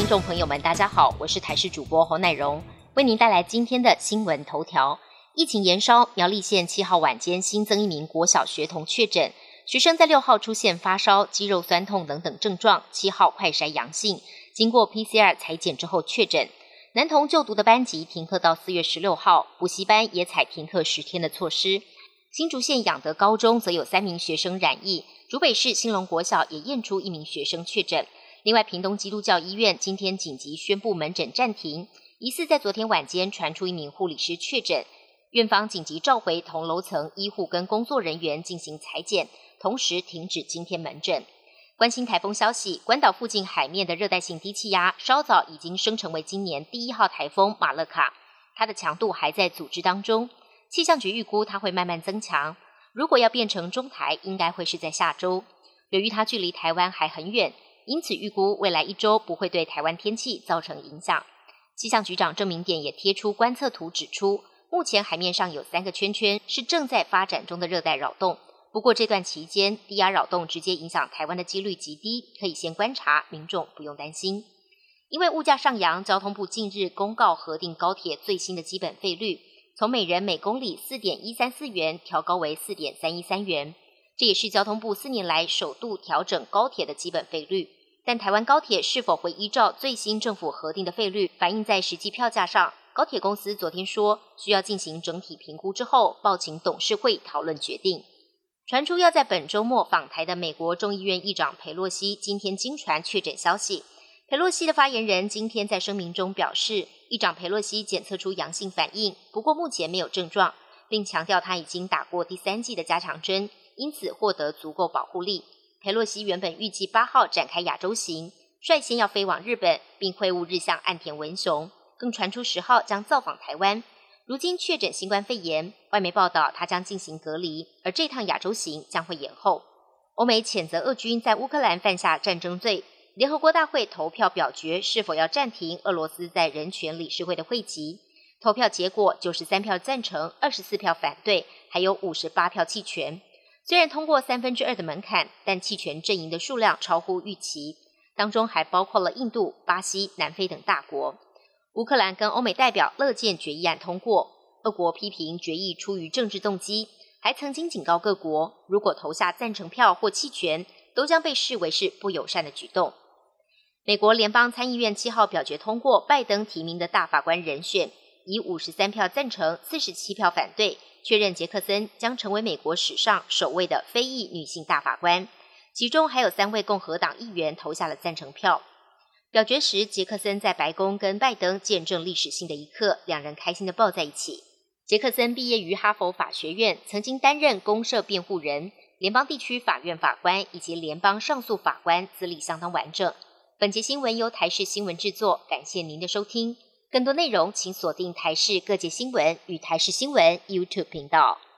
众朋友们，大家好，我是台视主播侯乃荣，为您带来今天的新闻头条。疫情延烧，苗栗县7号晚间新增一名国小学童确诊，学生在6号出现发烧、肌肉酸痛等等症状，7号快筛阳性，经过 PCR 采检之后确诊。男童就读的班级停课到4月16号，补习班也采停课10天的措施。新竹县养德高中则有3名学生染疫，竹北市兴隆国小也验出1名学生确诊。另外，屏东基督教医院今天紧急宣布门诊暂停，疑似在昨天晚间传出1名护理师确诊，院方紧急召回同楼层医护跟工作人员进行采检，同时停止今天门诊。关心台风消息，关岛附近海面的热带性低气压稍早已经升成为今年第1号台风马勒卡，它的强度还在组织当中，气象局预估它会慢慢增强，如果要变成中台，应该会是在下周。由于它距离台湾还很远，因此预估未来1周不会对台湾天气造成影响。气象局长郑明典也贴出观测图指出，目前海面上有3个圈圈是正在发展中的热带扰动，不过这段期间低压扰动直接影响台湾的几率极低，可以先观察，民众不用担心。因为物价上扬，交通部近日公告核定高铁最新的基本费率，从每人每公里 4.134 元调高为 4.313 元，这也是交通部4年来首度调整高铁的基本费率。但台湾高铁是否会依照最新政府核定的费率反映在实际票价上，高铁公司昨天说需要进行整体评估之后报请董事会讨论决定。传出要在本周末访台的美国众议院议长裴洛西今天经传确诊消息，裴洛西的发言人今天在声明中表示，议长裴洛西检测出阳性反应，不过目前没有症状，并强调他已经打过第3剂的加强针，因此获得足够保护力。裴洛西原本预计8号展开亚洲行，率先要飞往日本，并会晤日向岸田文雄，更传出10号将造访台湾。如今确诊新冠肺炎，外媒报道他将进行隔离，而这趟亚洲行将会延后。欧美谴责俄军在乌克兰犯下战争罪，联合国大会投票表决是否要暂停俄罗斯在人权理事会的会籍。投票结果93票赞成，24票反对，还有58票弃权。虽然通过2/3的门槛，但弃权阵营的数量超乎预期，当中还包括了印度、巴西、南非等大国。乌克兰跟欧美代表乐见决议案通过，俄国批评决议出于政治动机，还曾经警告各国，如果投下赞成票或弃权，都将被视为是不友善的举动。美国联邦参议院7号表决通过拜登提名的大法官人选，以53票赞成、47票反对，确认杰克森将成为美国史上首位的非裔女性大法官，其中还有3位共和党议员投下了赞成票。表决时，杰克森在白宫跟拜登见证历史性的一刻，两人开心地抱在一起。杰克森毕业于哈佛法学院，曾经担任公社辩护人、联邦地区法院法官以及联邦上诉法官，资历相当完整。本节新闻由台视新闻制作，感谢您的收听。更多内容请锁定台视各界新闻与台视新闻 YouTube 频道。